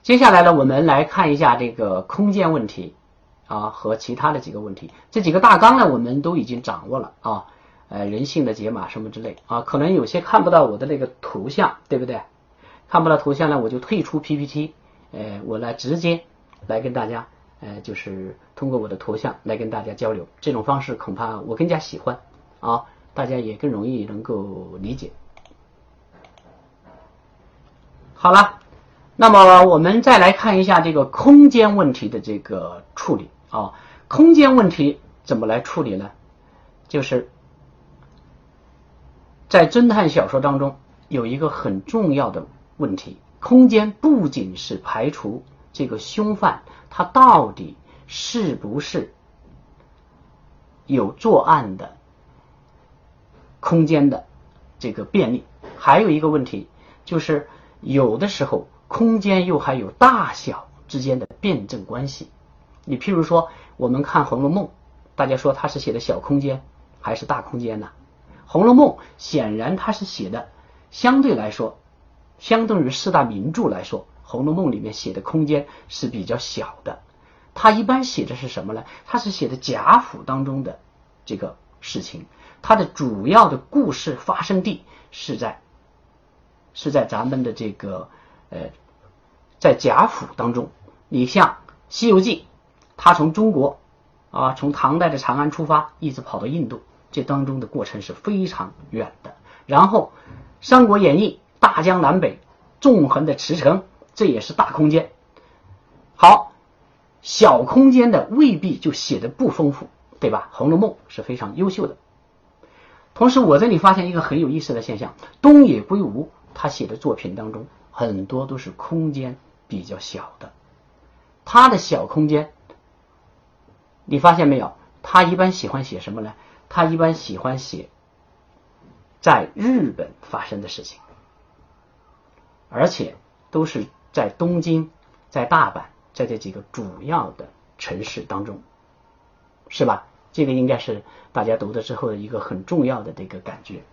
接下来呢，我们来看一下这个空间问题啊和其他的几个问题。这几个大纲呢，我们都已经掌握了啊。人性的解码什么之类啊，可能有些看不到我的那个图像，对不对？看不到图像呢，我就退出 PPT， 我来直接来跟大家，就是通过我的图像来跟大家交流。这种方式恐怕我更加喜欢啊，大家也更容易能够理解。好了，那么我们再来看一下这个空间问题的这个处理啊。空间问题怎么来处理呢？就是在侦探小说当中有一个很重要的问题，空间不仅是排除这个凶犯他到底是不是有作案的空间的这个便利，还有一个问题就是有的时候空间又还有大小之间的辩证关系。你譬如说我们看《红楼梦》，大家说它是写的小空间还是大空间呢？《红楼梦》显然它是写的相对来说，相对于四大名著来说，《红楼梦》里面写的空间是比较小的。它一般写的是什么呢？它是写的贾府当中的这个事情，它的主要的故事发生地是在咱们的这个在贾府当中。你像《西游记》，它从中国啊，从唐代的长安出发，一直跑到印度，这当中的过程是非常远的。然后《三国演义》，大江南北纵横的驰骋，这也是大空间。好，小空间的未必就写的不丰富，对吧？《红楼梦》是非常优秀的。同时我这里发现一个很有意思的现象，东野圭吾他写的作品当中很多都是空间比较小的。他的小空间你发现没有，他一般喜欢写什么呢？他一般喜欢写在日本发生的事情，而且都是在东京、在大阪，在这几个主要的城市当中，是吧？这个应该是大家读了之后的一个很重要的这个感觉。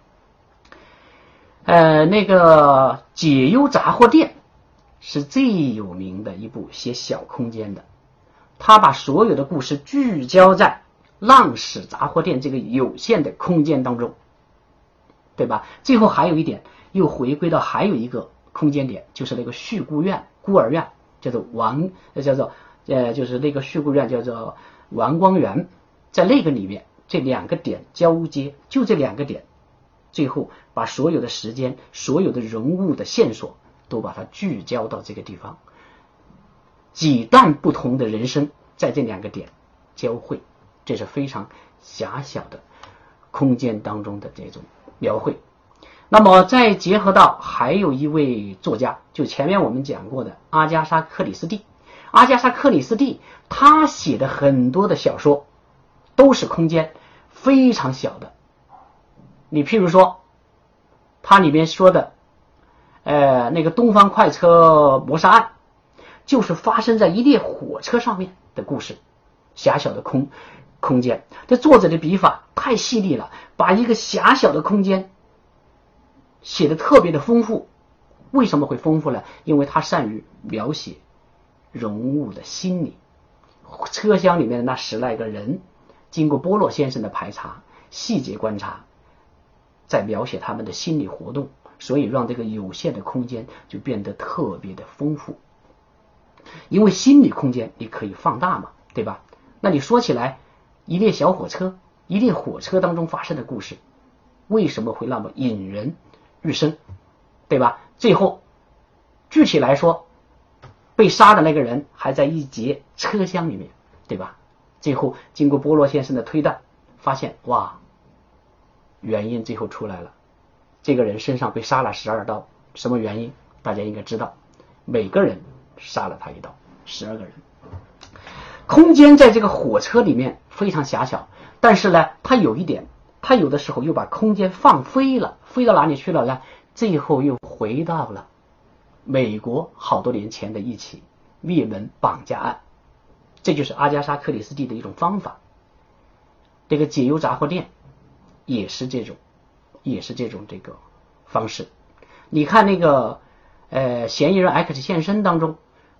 那个解忧杂货店是最有名的一部写小空间的，他把所有的故事聚焦在浪矢杂货店这个有限的空间当中，对吧？最后还有一点，又回归到还有一个空间点，就是那个续孤院、孤儿院，叫做就是那个续孤院叫做王光园，在那个里面，这两个点交接，就这两个点，最后把所有的时间、所有的人物的线索都把它聚焦到这个地方，几段不同的人生在这两个点交汇，这是非常狭小的空间当中的这种描绘。那么再结合到还有一位作家，就前面我们讲过的阿加莎·克里斯蒂。阿加莎·克里斯蒂他写的很多的小说都是空间非常小的。你譬如说他里面说的那个东方快车谋杀案，就是发生在一列火车上面的故事，狭小的空间。这作者的笔法太细腻了，把一个狭小的空间写得特别的丰富。为什么会丰富呢？因为他善于描写人物的心理。车厢里面的那10来个人，经过波洛先生的排查、细节观察，在描写他们的心理活动，所以让这个有限的空间就变得特别的丰富。因为心理空间你可以放大嘛，对吧？那你说起来，一列小火车，一列火车当中发生的故事，为什么会那么引人入胜，对吧？最后具体来说，被杀的那个人还在一节车厢里面，对吧？最后经过波洛先生的推断，发现哇，原因最后出来了，这个人身上被杀了12刀，什么原因？大家应该知道，每个人杀了他一刀，12个人。空间在这个火车里面非常狭小，但是呢，它有一点，它有的时候又把空间放飞了，飞到哪里去了呢？最后又回到了美国好多年前的一起灭门绑架案，这就是阿加莎·克里斯蒂的一种方法。这个解忧杂货店也是这种这个方式。你看那个嫌疑人 X 现身当中，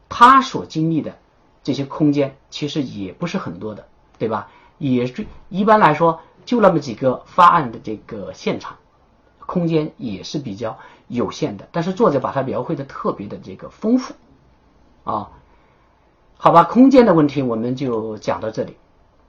他所经历的这些空间其实也不是很多的，对吧？也是一般来说就那么几个发案的这个现场，空间也是比较有限的，但是作者把它描绘的特别的这个丰富啊。好吧，空间的问题我们就讲到这里。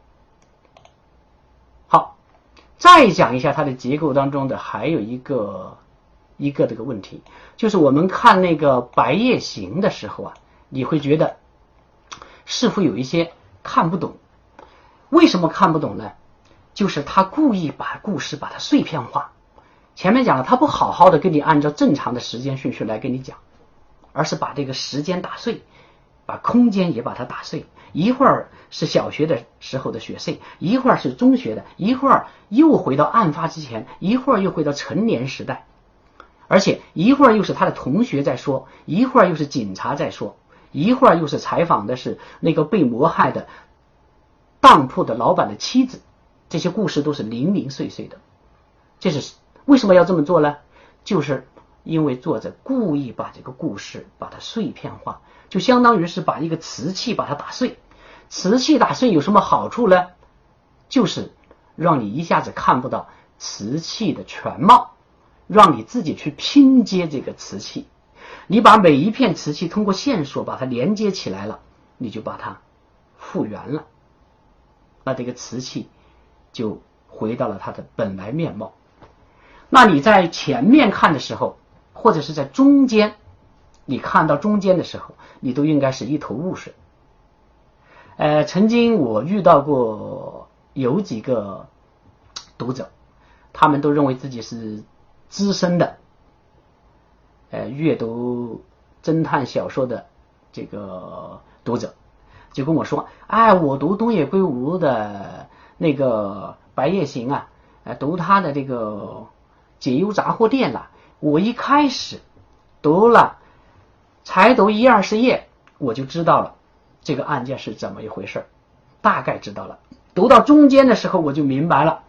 好，再讲一下它的结构当中的还有一个这个问题，就是我们看那个白夜行的时候啊，你会觉得似乎有一些看不懂。为什么看不懂呢？就是他故意把故事把它碎片化。前面讲了，他不好好的跟你按照正常的时间顺序来跟你讲，而是把这个时间打碎，把空间也把它打碎。一会儿是小学的时候的雪穗，一会儿是中学的，一会儿又回到案发之前，一会儿又回到成年时代，而且一会儿又是他的同学在说，一会儿又是警察在说，一会儿又是采访的是那个被谋害的当铺的老板的妻子，这些故事都是零零碎碎的。这是为什么要这么做呢？就是因为作者故意把这个故事把它碎片化，就相当于是把一个瓷器把它打碎。瓷器打碎有什么好处呢？就是让你一下子看不到瓷器的全貌，让你自己去拼接这个瓷器。你把每一片瓷器通过线索把它连接起来了，你就把它复原了，那这个瓷器就回到了它的本来面貌。那你在前面看的时候，或者是在中间，你看到中间的时候，你都应该是一头雾水。曾经我遇到过有几个读者，他们都认为自己是资深的阅读侦探小说的这个读者，就跟我说，我读东野圭吾的那个白夜行啊，读他的这个解忧杂货店了，我一开始读了才读1-20页，我就知道了这个案件是怎么一回事，大概知道了。读到中间的时候我就明白了。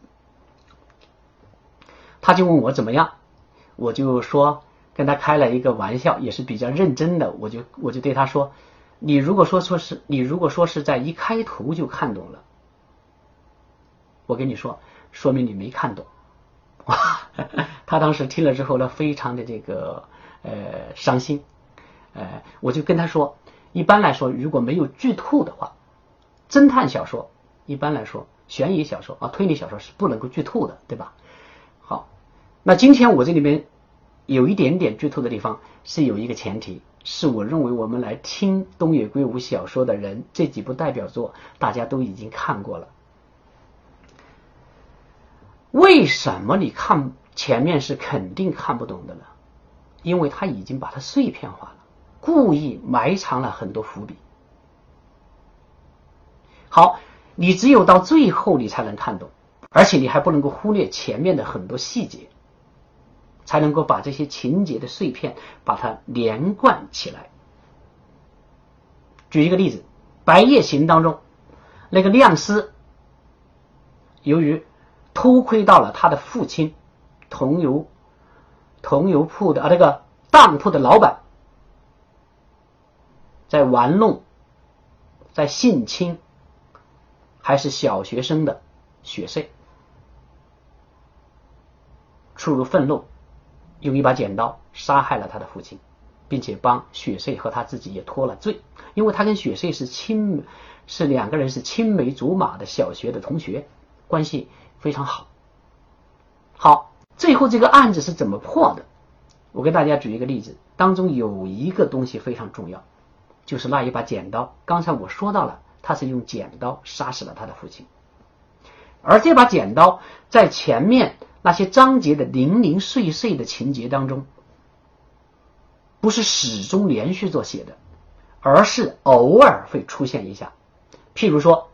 他就问我怎么样，我就说跟他开了一个玩笑，也是比较认真的，我就对他说，你如果说是在一开头就看懂了，我跟你说，说明你没看懂。他当时听了之后呢，非常的这个伤心。我就跟他说，一般来说如果没有剧透的话，侦探小说一般来说，悬疑小说推理小说是不能够剧透的，对吧？好，那今天我这里面有一点点剧透的地方，是有一个前提，是我认为我们来听东野圭吾小说的人，这几部代表作大家都已经看过了。为什么你看前面是肯定看不懂的呢？因为他已经把它碎片化了，故意埋藏了很多伏笔。好，你只有到最后你才能看懂，而且你还不能够忽略前面的很多细节，才能够把这些情节的碎片把它连贯起来。举一个例子，白夜行当中，那个亮司由于偷窥到了他的父亲桐油铺的那个当铺的老板在玩弄，在性侵还是小学生的雪穗，触入愤怒，用一把剪刀杀害了他的父亲，并且帮雪穗和他自己也脱了罪，因为他跟雪穗是两个人是青梅竹马的小学的同学，关系非常好。好，最后这个案子是怎么破的？我给大家举一个例子，当中有一个东西非常重要，就是那一把剪刀。刚才我说到了，他是用剪刀杀死了他的父亲，而这把剪刀在前面那些章节的零零碎碎的情节当中，不是始终连续做写的，而是偶尔会出现一下。譬如说，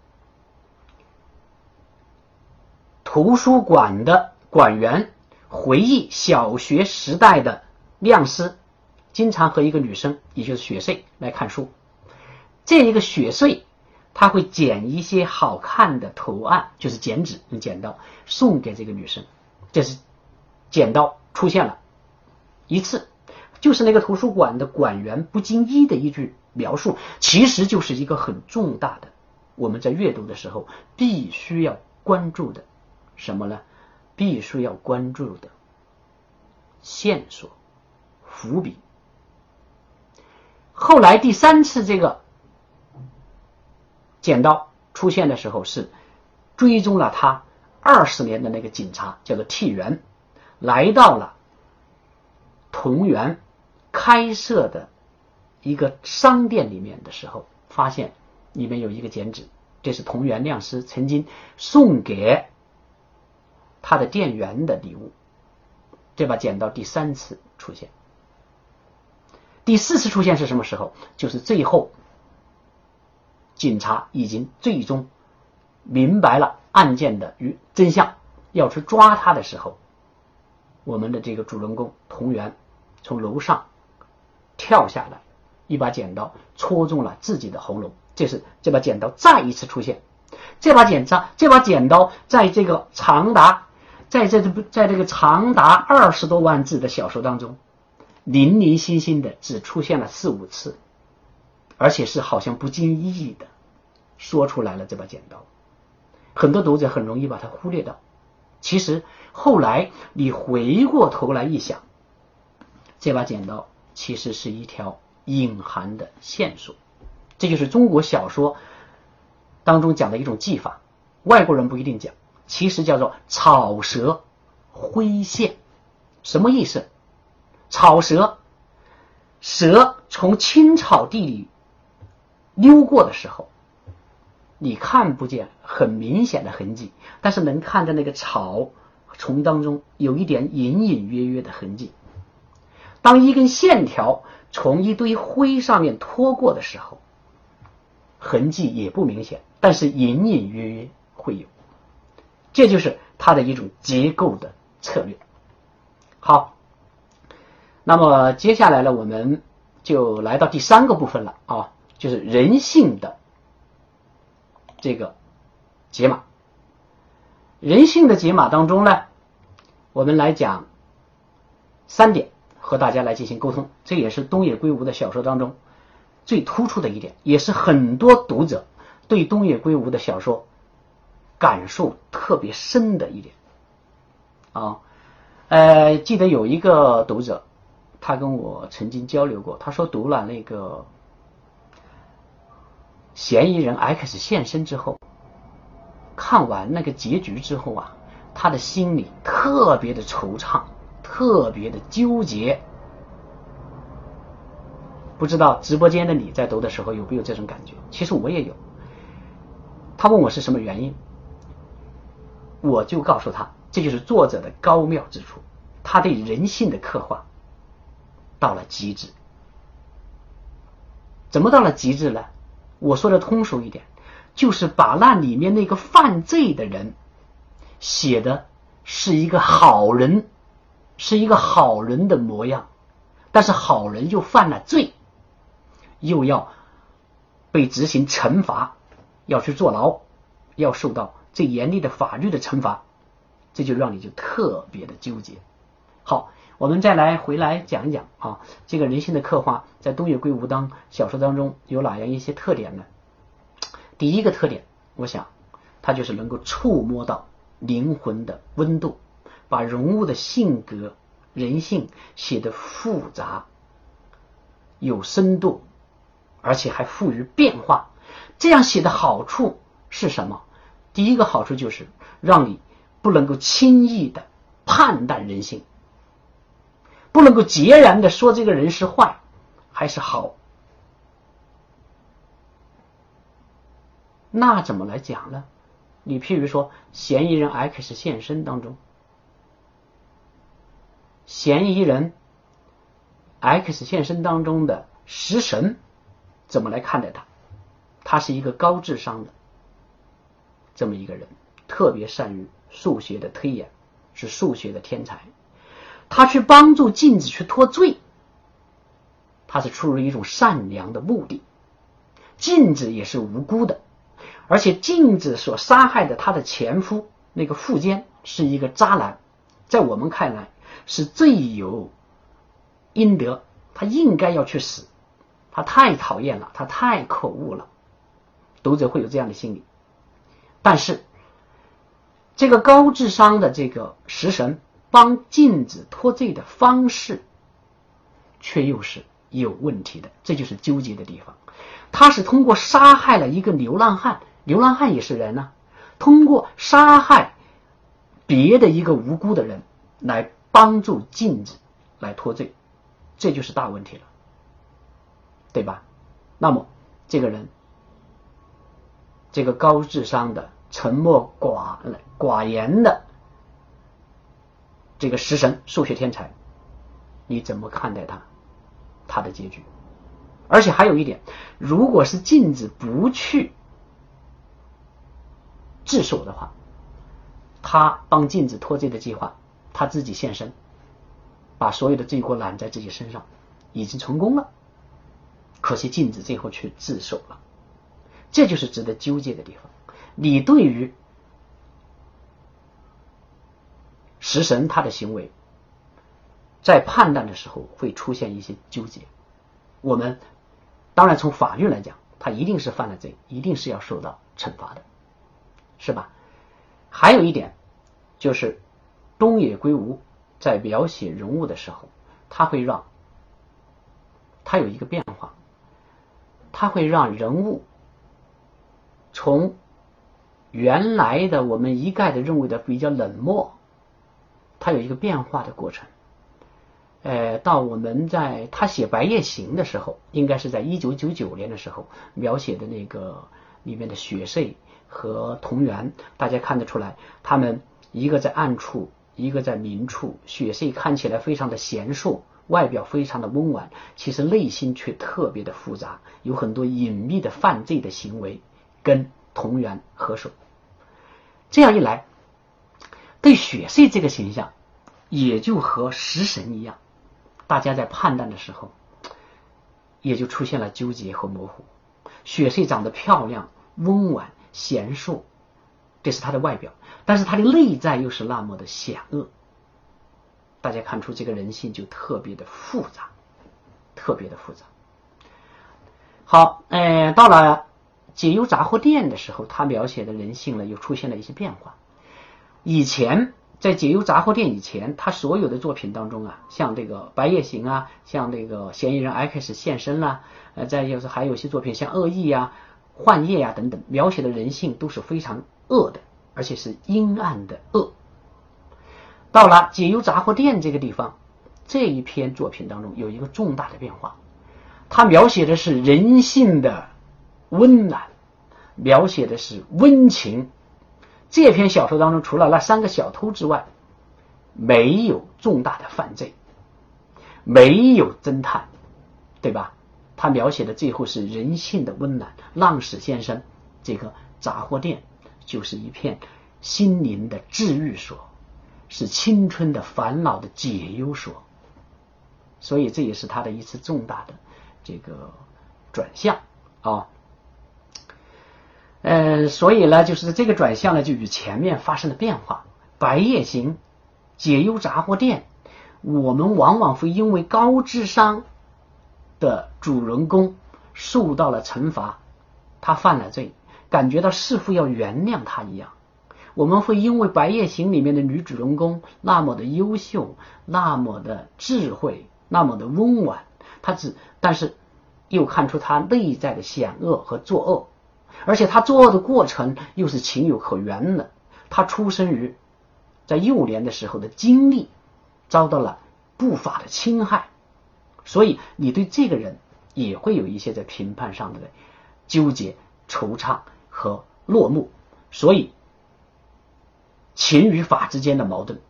图书馆的馆员回忆小学时代的亮司经常和一个女生，也就是雪穗来看书。这一个雪穗他会剪一些好看的图案，就是剪纸用剪刀送给这个女生，这是剪刀出现了一次。 就是那个图书馆的馆员不经意的一句描述，其实就是一个很重大的，我们在阅读的时候必须要关注的什么呢？必须要关注的线索、伏笔。后来第3次这个剪刀出现的时候，是追踪了他20年的那个警察，叫做替元，来到了同源开设的一个商店里面的时候，发现里面有一个剪纸，这是同源亮师曾经送给他的店员的礼物。这把剪刀第3次出现。第4次出现是什么时候？就是最后警察已经最终明白了案件的真相，要去抓他的时候，我们的这个主人公同源从楼上跳下来，一把剪刀戳中了自己的喉咙。这是这把剪刀再一次出现。这把剪刀在这个长达20多万字的小说当中，零零星星的只出现了4、5次，而且是好像不经意的说出来了这把剪刀。很多读者很容易把它忽略到，其实后来你回过头来一想，这把剪刀其实是一条隐含的线索。这就是中国小说当中讲的一种技法，外国人不一定讲，其实叫做草蛇灰线。什么意思？草蛇，蛇从青草地里溜过的时候，你看不见很明显的痕迹，但是能看见那个草丛当中有一点隐隐约约的痕迹。当一根线条从一堆灰上面拖过的时候，痕迹也不明显，但是隐隐约约会有。这就是它的一种结构的策略。好，那么接下来呢，我们就来到第3个部分了啊，就是人性的这个解码。人性的解码当中呢，我们来讲3点和大家来进行沟通，这也是东野圭吾的小说当中最突出的一点，也是很多读者对东野圭吾的小说感受特别深的一点啊。记得有一个读者他跟我曾经交流过，他说读了那个嫌疑人 X 现身之后，看完那个结局之后啊，他的心里特别的惆怅，特别的纠结。不知道直播间的你在读的时候有没有这种感觉？其实我也有。他问我是什么原因，我就告诉他，这就是作者的高妙之处，他对人性的刻画到了极致。怎么到了极致呢？我说的通俗一点，就是把那里面那个犯罪的人写的是一个好人，是一个好人的模样，但是好人又犯了罪，又要被执行惩罚，要去坐牢，要受到最严厉的法律的惩罚，这就让你就特别的纠结。好，我们再来回来讲一讲啊，这个人性的刻画在东野圭吾小说当中有哪样一些特点呢？第一个特点，我想它就是能够触摸到灵魂的温度，把人物的性格、人性写得复杂有深度，而且还富于变化。这样写的好处是什么？第一个好处就是让你不能够轻易的判断人性，不能够截然的说这个人是坏还是好。那怎么来讲呢？你譬如说嫌疑人 X 现身当中，嫌疑人 X 现身当中的食神怎么来看待他？他是一个高智商的这么一个人，特别善于数学的推演，是数学的天才。他去帮助镜子去脱罪，他是出于一种善良的目的。镜子也是无辜的，而且镜子所杀害的他的前夫那个富坚是一个渣男，在我们看来是罪有应得他应该要去死，他太讨厌了，他太可恶了，读者会有这样的心理。但是这个高智商的这个食神帮镜子脱罪的方式却又是有问题的，这就是纠结的地方。他是通过杀害了一个流浪汉，流浪汉也是人啊，通过杀害别的一个无辜的人来帮助镜子来脱罪，这就是大问题了，对吧？那么这个人，这个高智商的沉默寡言的这个食神数学天才，你怎么看待他的结局？而且还有一点，如果是镜子不去自首的话，他帮镜子脱罪的计划，他自己现身，把所有的罪过揽在自己身上，已经成功了。可惜镜子最后去自首了，这就是值得纠结的地方。你对于食神他的行为，在判断的时候会出现一些纠结。我们当然从法律来讲，他一定是犯了罪，一定是要受到惩罚的，是吧？还有一点就是东野圭吾在描写人物的时候，他有一个变化，他会让人物从原来的我们一概的认为的比较冷漠，他有一个变化的过程。到我们在他写《白夜行》的时候，应该是在1999年的时候描写的那个里面的雪穗和桐原，大家看得出来，他们一个在暗处，一个在明处。雪穗看起来非常的贤淑，外表非常的温婉，其实内心却特别的复杂，有很多隐秘的犯罪的行为跟桐原合手。这样一来，对雪穗这个形象也就和食神一样，大家在判断的时候也就出现了纠结和模糊。雪穗长得漂亮、温婉、贤淑，这是她的外表，但是她的内在又是那么的险恶，大家看出这个人性就特别的复杂，特别的复杂。好，到了解忧杂货店的时候，他描写的人性呢又出现了一些变化。以前在解忧杂货店以前，他所有的作品当中啊，像这个白夜行啊，像这个嫌疑人 X 现身啦，再就是还有一些作品像恶意啊、幻夜啊等等，描写的人性都是非常恶的，而且是阴暗的恶。到了解忧杂货店这个地方，这一篇作品当中有一个重大的变化，他描写的是人性的温暖，描写的是温情。这篇小说当中，除了那3个小偷之外，没有重大的犯罪，没有侦探，对吧？他描写的最后是人性的温暖。浪矢先生这个杂货店就是一片心灵的治愈所，是青春的烦恼的解忧所。所以这也是他的一次重大的这个转向啊。所以呢，就是这个转向呢，就与前面发生了变化。白夜行、解忧杂货店，我们往往会因为高智商的主人公受到了惩罚，他犯了罪，感觉到似乎要原谅他一样。我们会因为白夜行里面的女主人公那么的优秀，那么的智慧，那么的温婉，但是又看出她内在的险恶和作恶，而且他作恶的过程又是情有可原的。他出生于在幼年的时候的经历，遭到了不法的侵害，所以你对这个人也会有一些在评判上的纠结、惆怅和落幕，所以情与法之间的矛盾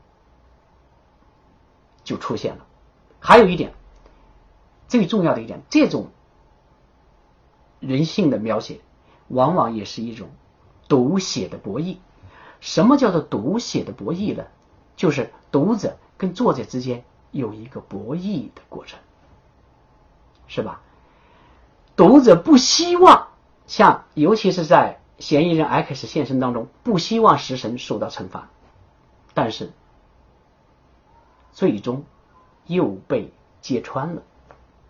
就出现了。还有一点，最重要的一点，这种人性的描写往往也是一种读写的博弈。什么叫做读写的博弈呢？就是读者跟作者之间有一个博弈的过程，是吧？读者不希望像尤其是在嫌疑人 X 现身当中，不希望食神受到惩罚，但是最终又被揭穿了。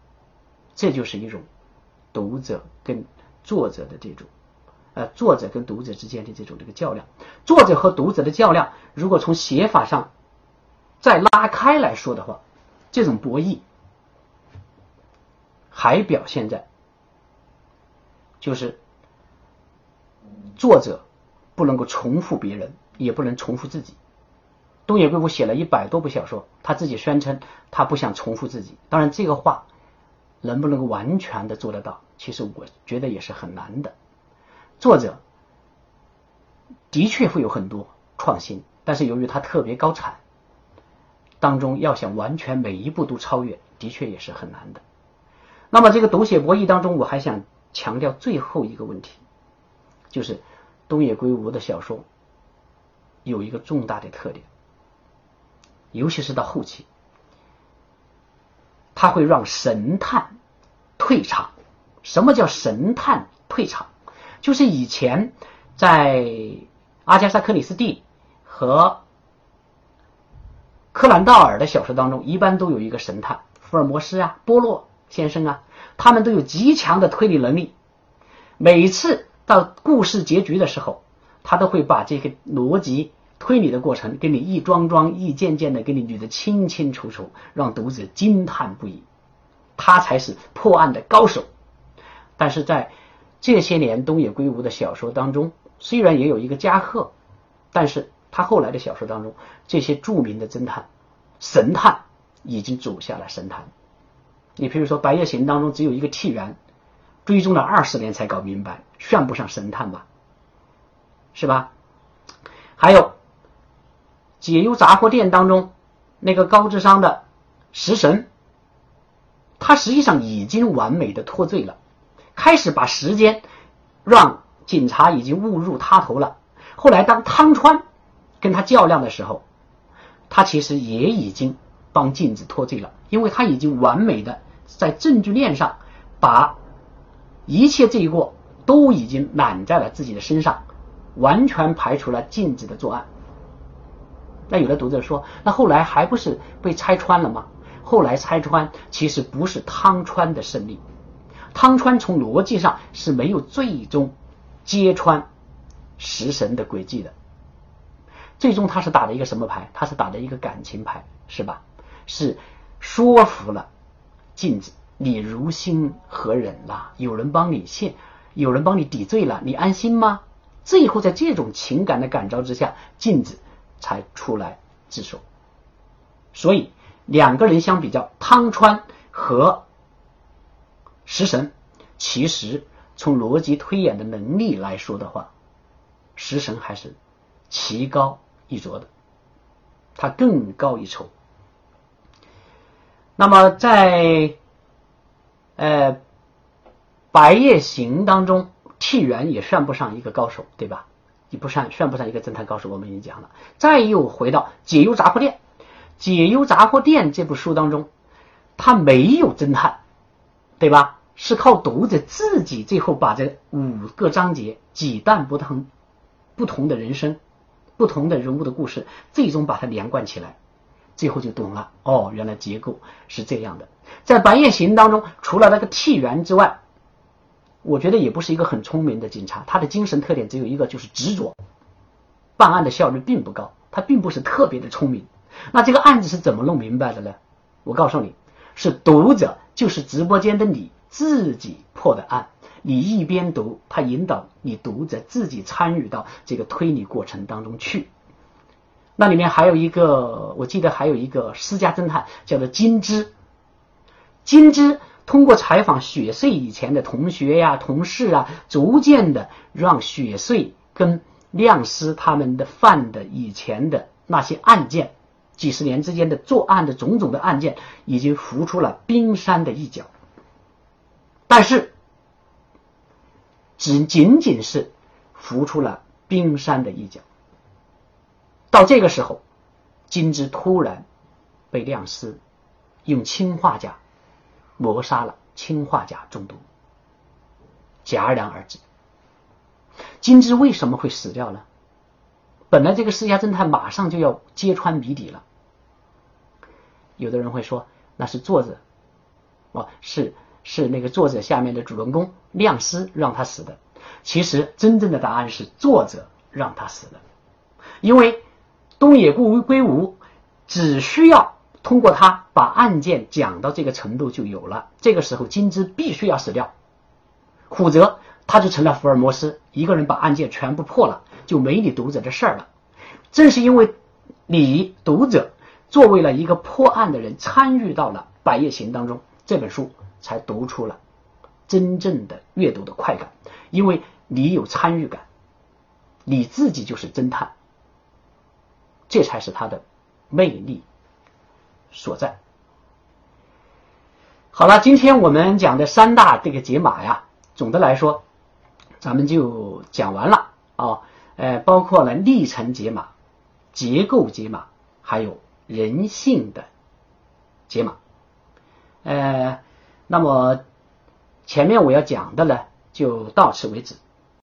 这就是一种读者跟作者的这种作者跟读者之间的这个较量。作者和读者的较量，如果从写法上再拉开来说的话，这种博弈还表现在就是作者不能够重复别人，也不能重复自己。东野圭吾写了100多部小说，他自己宣称他不想重复自己。当然这个话能不能够完全的做得到，其实我觉得也是很难的。作者的确会有很多创新，但是由于他特别高产，当中要想完全每一部都超越，的确也是很难的。那么这个读写博弈当中，我还想强调最后一个问题，就是东野圭吾的小说有一个重大的特点，尤其是到后期，他会让神探退场。什么叫神探退场？就是以前在阿加莎·克里斯蒂和柯南道尔的小说当中，一般都有一个神探，福尔摩斯啊、波洛先生啊，他们都有极强的推理能力。每次到故事结局的时候，他都会把这个逻辑推理的过程给你一桩桩一件件的给你捋得清清楚楚，让读者惊叹不已。他才是破案的高手。但是在这些年东野圭吾的小说当中，虽然也有一个加贺，但是他后来的小说当中，这些著名的侦探神探已经走下了神坛。你比如说《白夜行》当中只有一个替元，追踪了20年才搞明白，算不上神探吧，是吧？还有解忧杂货店当中那个高智商的食神，他实际上已经完美的脱罪了，开始把时间让警察已经误入他头了。后来当汤川跟他较量的时候，他其实也已经帮镜子脱罪了，因为他已经完美的在证据链上把一切罪过都已经揽在了自己的身上，完全排除了镜子的作案。那有的读者说，那后来还不是被拆穿了吗？后来拆穿其实不是汤川的胜利，汤川从逻辑上是没有最终揭穿食神的诡计的。最终他是打了一个什么牌？他是打了一个感情牌，是吧？是说服了镜子，你如心何忍啦？有人帮你有人帮你抵罪了，你安心吗？最后在这种情感的感召之下，镜子才出来自首。所以两个人相比较，汤川和食神，其实从逻辑推演的能力来说的话，食神还是棋高一着的，他更高一筹。那么在白夜行当中，替元也算不上一个高手，对吧？也算不上一个侦探高手，我们已经讲了。再又回到解忧杂货店，解忧杂货店这部书当中，他没有侦探，对吧？是靠读者自己最后把这5个章节几段不同的人生，不同的人物的故事，最终把它连贯起来，最后就懂了，哦，原来结构是这样的。在白夜行当中，除了那个替元之外，我觉得也不是一个很聪明的警察，他的精神特点只有一个，就是执着，办案的效率并不高，他并不是特别的聪明。那这个案子是怎么弄明白的呢？我告诉你，是读者，就是直播间的你自己破的案。你一边读，他引导你读者自己参与到这个推理过程当中去。那里面还有一个，我记得还有一个私家侦探叫做金枝。金枝通过采访雪穗以前的同学呀、同事啊，逐渐的让雪穗跟亮司他们的犯的以前的那些案件，几十年之间的作案的种种的案件，已经浮出了冰山的一角。但是仅仅是浮出了冰山的一角。到这个时候，金枝突然被亮司用氰化钾谋杀了，氰化钾中毒，戛然而止。金枝为什么会死掉呢？本来这个私家侦探马上就要揭穿谜底了，有的人会说那是作者是是那个作者下面的主人公亮司让他死的。其实真正的答案是作者让他死的，因为东野圭吾只需要通过他把案件讲到这个程度就有了，这个时候金枝必须要死掉，否则他就成了福尔摩斯，一个人把案件全部破了，就没你读者的事儿了。正是因为你读者作为了一个破案的人参与到了百叶行当中，这本书才读出了真正的阅读的快感，因为你有参与感，你自己就是侦探，这才是它的魅力所在。好了，今天我们讲的三大这个解码呀，总的来说咱们就讲完了啊，包括了历程解码、结构解码，还有人性的解码。那么前面我要讲的呢就到此为止。